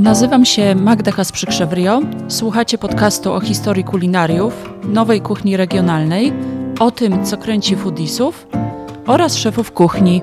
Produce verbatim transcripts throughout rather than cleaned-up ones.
Nazywam się Magda Kasprzyk-Szewrio. Słuchacie podcastu o historii kulinariów, nowej kuchni regionalnej, o tym, co kręci foodiesów oraz szefów kuchni.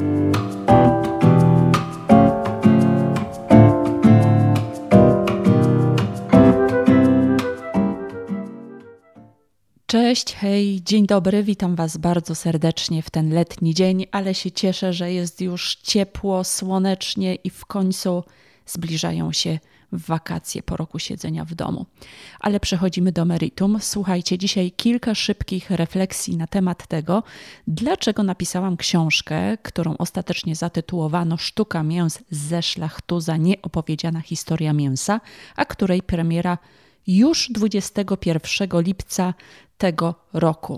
Cześć, hej, dzień dobry, witam Was bardzo serdecznie w ten letni dzień, ale się cieszę, że jest już ciepło, słonecznie i w końcu zbliżają się wakacje po roku siedzenia w domu. Ale przechodzimy do meritum. Słuchajcie, dzisiaj kilka szybkich refleksji na temat tego, dlaczego napisałam książkę, którą ostatecznie zatytułowano Sztuka mięs ze szlachtuza, nieopowiedziana historia mięsa, a której premiera już dwudziestego pierwszego lipca tego roku.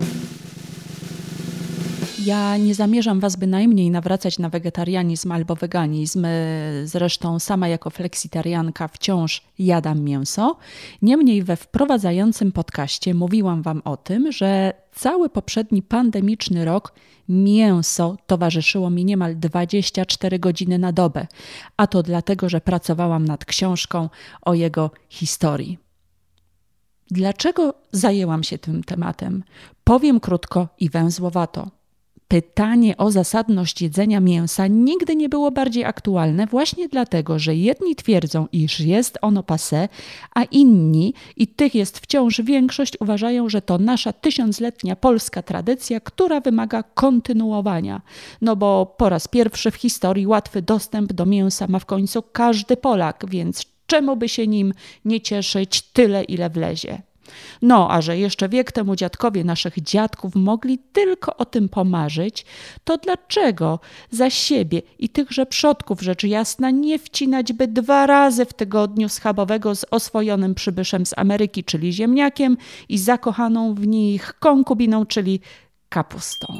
Ja nie zamierzam Was bynajmniej nawracać na wegetarianizm albo weganizm. Zresztą sama jako fleksitarianka wciąż jadam mięso. Niemniej we wprowadzającym podcaście mówiłam Wam o tym, że cały poprzedni pandemiczny rok mięso towarzyszyło mi niemal dwadzieścia cztery godziny na dobę. A to dlatego, że pracowałam nad książką o jego historii. Dlaczego zajęłam się tym tematem? Powiem krótko i węzłowato. Pytanie o zasadność jedzenia mięsa nigdy nie było bardziej aktualne właśnie dlatego, że jedni twierdzą, iż jest ono passé, a inni, i tych jest wciąż większość, uważają, że to nasza tysiącletnia polska tradycja, która wymaga kontynuowania. No bo po raz pierwszy w historii łatwy dostęp do mięsa ma w końcu każdy Polak, więc czemu by się nim nie cieszyć tyle, ile wlezie? No, a że jeszcze wiek temu dziadkowie naszych dziadków mogli tylko o tym pomarzyć, to dlaczego za siebie i tychże przodków rzecz jasna nie wcinać by dwa razy w tygodniu schabowego z oswojonym przybyszem z Ameryki, czyli ziemniakiem, i zakochaną w nich konkubiną, czyli kapustą?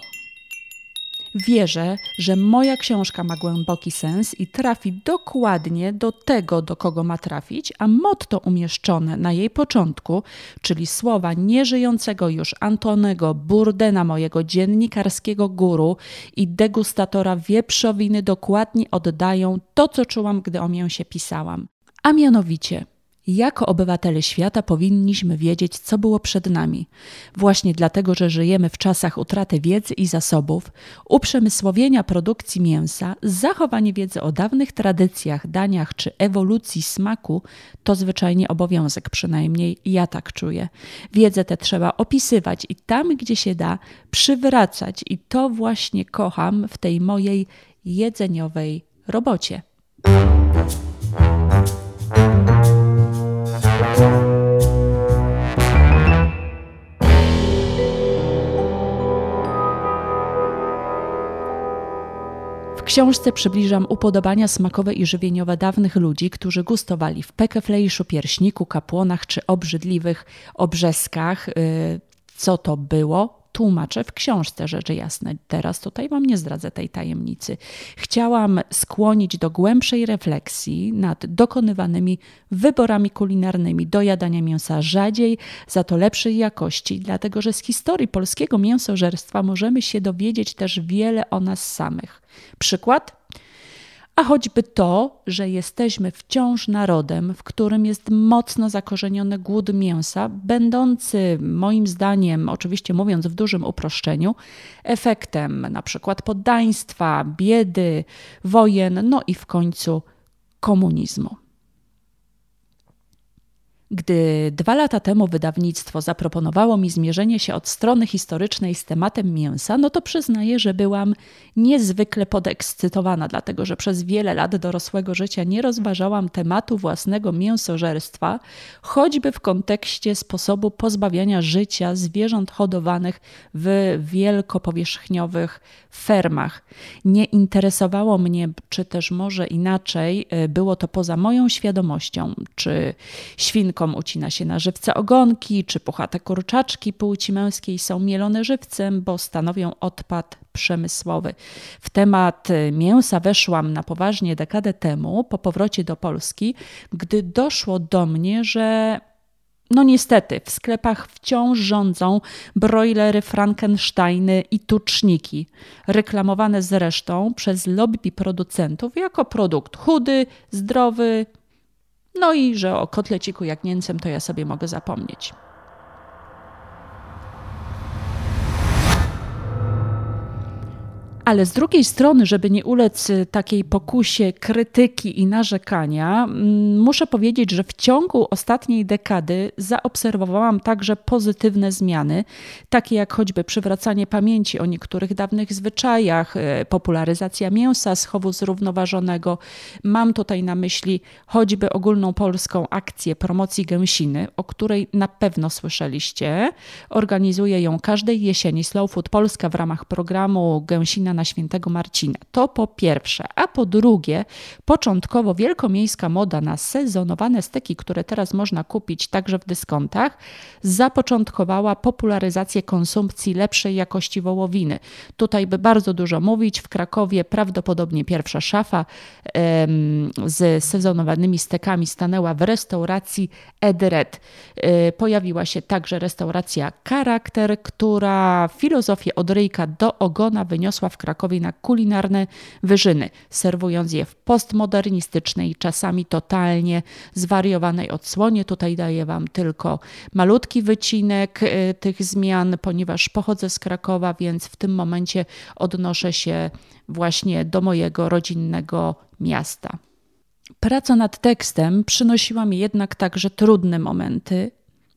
Wierzę, że moja książka ma głęboki sens i trafi dokładnie do tego, do kogo ma trafić, a motto umieszczone na jej początku, czyli słowa nieżyjącego już Antonego Bourdena, mojego dziennikarskiego guru i degustatora wieprzowiny, dokładnie oddają to, co czułam, gdy o mięsie pisałam. A mianowicie, jako obywatele świata powinniśmy wiedzieć, co było przed nami. Właśnie dlatego, że żyjemy w czasach utraty wiedzy i zasobów, uprzemysłowienia produkcji mięsa, zachowanie wiedzy o dawnych tradycjach, daniach czy ewolucji smaku to zwyczajnie obowiązek, przynajmniej ja tak czuję. Wiedzę tę trzeba opisywać i tam, gdzie się da, przywracać, i to właśnie kocham w tej mojej jedzeniowej robocie. W książce przybliżam upodobania smakowe i żywieniowe dawnych ludzi, którzy gustowali w pekeflejszu, pierśniku, kapłonach czy obrzydliwych obrzeskach. Co to było? Tłumaczę w książce, rzecz jasna. Teraz tutaj Wam nie zdradzę tej tajemnicy. Chciałam skłonić do głębszej refleksji nad dokonywanymi wyborami kulinarnymi do jadania mięsa rzadziej, za to lepszej jakości, dlatego że z historii polskiego mięsożerstwa możemy się dowiedzieć też wiele o nas samych. Przykład? A choćby to, że jesteśmy wciąż narodem, w którym jest mocno zakorzeniony głód mięsa, będący moim zdaniem, oczywiście mówiąc w dużym uproszczeniu, efektem na przykład poddaństwa, biedy, wojen, no i w końcu komunizmu. Gdy dwa lata temu wydawnictwo zaproponowało mi zmierzenie się od strony historycznej z tematem mięsa, no to przyznaję, że byłam niezwykle podekscytowana, dlatego że przez wiele lat dorosłego życia nie rozważałam tematu własnego mięsożerstwa, choćby w kontekście sposobu pozbawiania życia zwierząt hodowanych w wielkopowierzchniowych fermach. Nie interesowało mnie, czy też może inaczej, było to poza moją świadomością, czy świnkom ucina się na żywce ogonki, czy puchate kurczaczki płci męskiej są mielone żywcem, bo stanowią odpad przemysłowy. W temat mięsa weszłam na poważnie dekadę temu, po powrocie do Polski, gdy doszło do mnie, że no niestety w sklepach wciąż rządzą brojlery, frankensteiny i tuczniki, reklamowane zresztą przez lobby producentów jako produkt chudy, zdrowy, No i że o kotleciku jagnięcym to ja sobie mogę zapomnieć. Ale z drugiej strony, żeby nie ulec takiej pokusie krytyki i narzekania, muszę powiedzieć, że w ciągu ostatniej dekady zaobserwowałam także pozytywne zmiany, takie jak choćby przywracanie pamięci o niektórych dawnych zwyczajach, popularyzacja mięsa z chowu zrównoważonego. Mam tutaj na myśli choćby ogólnopolską akcję promocji gęsiny, o której na pewno słyszeliście. Organizuje ją każdej jesieni Slow Food Polska w ramach programu Gęsina na Świętego Marcina. To po pierwsze. A po drugie, początkowo wielkomiejska moda na sezonowane steki, które teraz można kupić także w dyskontach, zapoczątkowała popularyzację konsumpcji lepszej jakości wołowiny. Tutaj by bardzo dużo mówić. W Krakowie prawdopodobnie pierwsza szafa em, z sezonowanymi stekami stanęła w restauracji Edred. E, pojawiła się także restauracja Charakter, która filozofię od ryjka do ogona wyniosła w Krakowie na kulinarne wyżyny, serwując je w postmodernistycznej, czasami totalnie zwariowanej odsłonie. Tutaj daję Wam tylko malutki wycinek y, tych zmian, ponieważ pochodzę z Krakowa, więc w tym momencie odnoszę się właśnie do mojego rodzinnego miasta. Praca nad tekstem przynosiła mi jednak także trudne momenty,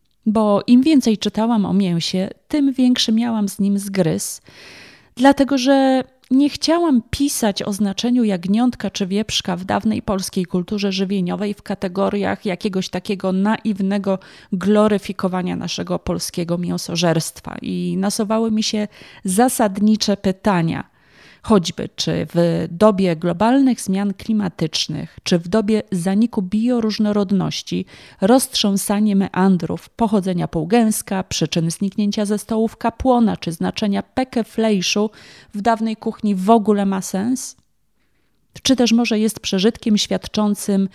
bo im więcej czytałam o mięsie, tym większy miałam z nim zgryz, dlatego że nie chciałam pisać o znaczeniu jagniątka czy wieprzka w dawnej polskiej kulturze żywieniowej w kategoriach jakiegoś takiego naiwnego gloryfikowania naszego polskiego mięsożerstwa. I nasuwały mi się zasadnicze pytania. Choćby czy w dobie globalnych zmian klimatycznych, czy w dobie zaniku bioróżnorodności, roztrząsanie meandrów pochodzenia półgęska, przyczyn zniknięcia ze stołów kapłona, czy znaczenia pekeflejszu w dawnej kuchni w ogóle ma sens? Czy też może jest przeżytkiem świadczącym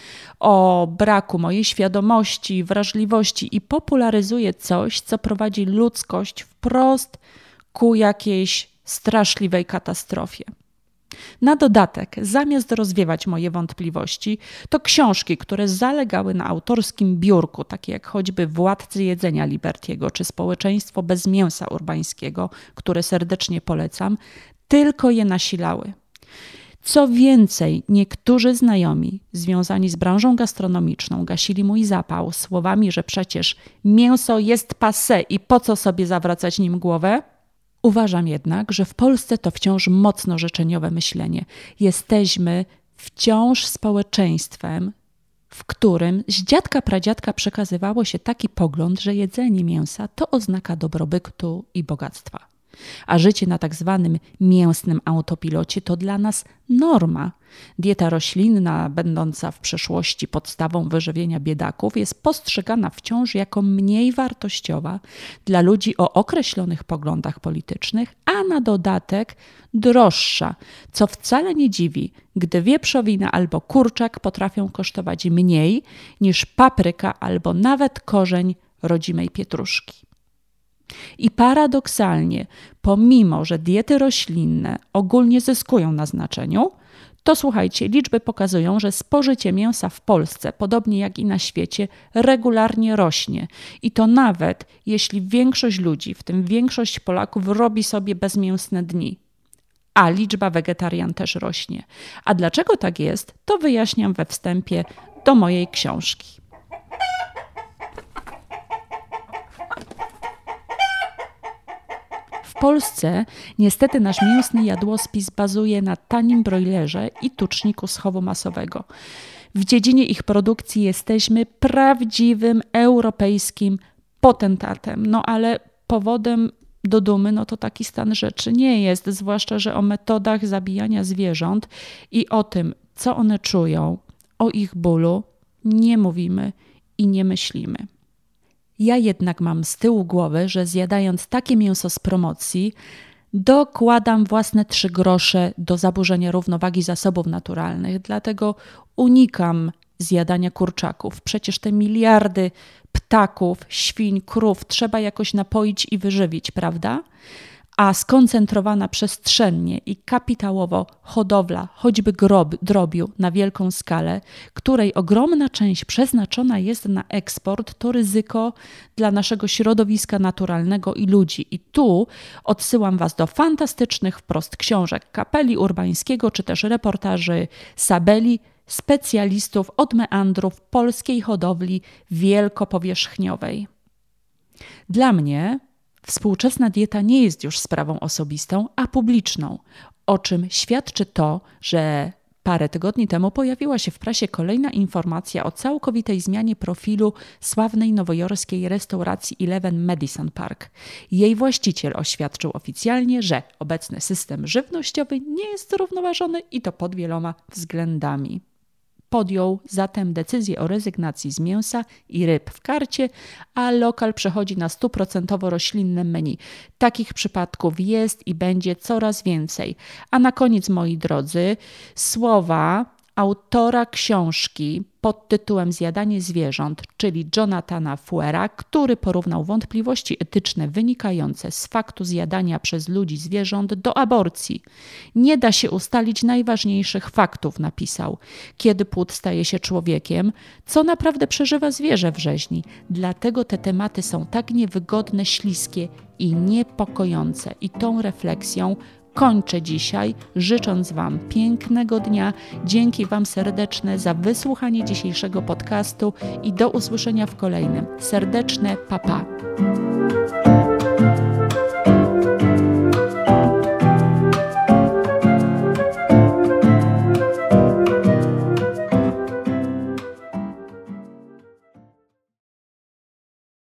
o braku mojej świadomości, wrażliwości i popularyzuje coś, co prowadzi ludzkość wprost ku jakiejś straszliwej katastrofie. Na dodatek, zamiast rozwiewać moje wątpliwości, to książki, które zalegały na autorskim biurku, takie jak choćby Władcy jedzenia Libertiego czy Społeczeństwo bez mięsa urbańskiego, które serdecznie polecam, tylko je nasilały. Co więcej, niektórzy znajomi związani z branżą gastronomiczną gasili mój zapał słowami, że przecież mięso jest passé i po co sobie zawracać nim głowę? Uważam jednak, że w Polsce to wciąż mocno życzeniowe myślenie. Jesteśmy wciąż społeczeństwem, w którym z dziadka pradziadka przekazywało się taki pogląd, że jedzenie mięsa to oznaka dobrobytu i bogactwa. A życie na tak zwanym mięsnym autopilocie to dla nas norma. Dieta roślinna, będąca w przeszłości podstawą wyżywienia biedaków, jest postrzegana wciąż jako mniej wartościowa dla ludzi o określonych poglądach politycznych, a na dodatek droższa, co wcale nie dziwi, gdy wieprzowina albo kurczak potrafią kosztować mniej niż papryka albo nawet korzeń rodzimej pietruszki. I paradoksalnie, pomimo że diety roślinne ogólnie zyskują na znaczeniu, to słuchajcie, liczby pokazują, że spożycie mięsa w Polsce, podobnie jak i na świecie, regularnie rośnie. I to nawet jeśli większość ludzi, w tym większość Polaków, robi sobie bezmięsne dni. A liczba wegetarian też rośnie. A dlaczego tak jest, to wyjaśniam we wstępie do mojej książki. W Polsce niestety nasz mięsny jadłospis bazuje na tanim brojlerze i tuczniku z chowu masowego. W dziedzinie ich produkcji jesteśmy prawdziwym europejskim potentatem. No ale powodem do dumy no to taki stan rzeczy nie jest, zwłaszcza że o metodach zabijania zwierząt i o tym, co one czują, o ich bólu nie mówimy i nie myślimy. Ja jednak mam z tyłu głowy, że zjadając takie mięso z promocji, dokładam własne trzy grosze do zaburzenia równowagi zasobów naturalnych, dlatego unikam zjadania kurczaków. Przecież te miliardy ptaków, świń, krów trzeba jakoś napoić i wyżywić, prawda? a skoncentrowana przestrzennie i kapitałowo hodowla choćby grob, drobiu na wielką skalę, której ogromna część przeznaczona jest na eksport, to ryzyko dla naszego środowiska naturalnego i ludzi. I tu odsyłam Was do fantastycznych wprost książek Kapeli Urbańskiego, czy też reportaży Sabeli, specjalistów od meandrów polskiej hodowli wielkopowierzchniowej. Dla mnie współczesna dieta nie jest już sprawą osobistą, a publiczną, o czym świadczy to, że parę tygodni temu pojawiła się w prasie kolejna informacja o całkowitej zmianie profilu sławnej nowojorskiej restauracji Eleven Madison Park. Jej właściciel oświadczył oficjalnie, że obecny system żywnościowy nie jest zrównoważony i to pod wieloma względami. Podjął zatem decyzję o rezygnacji z mięsa i ryb w karcie, a lokal przechodzi na stuprocentowo roślinne menu. Takich przypadków jest i będzie coraz więcej. A na koniec, moi drodzy, słowa autora książki pod tytułem Zjadanie zwierząt, czyli Jonathana Fuera, który porównał wątpliwości etyczne wynikające z faktu zjadania przez ludzi zwierząt do aborcji. Nie da się ustalić najważniejszych faktów, napisał. Kiedy płód staje się człowiekiem, co naprawdę przeżywa zwierzę w rzeźni. Dlatego te tematy są tak niewygodne, śliskie i niepokojące. I tą refleksją kończę dzisiaj, życząc Wam pięknego dnia. Dzięki Wam serdeczne za wysłuchanie dzisiejszego podcastu i do usłyszenia w kolejnym. Serdeczne pa pa.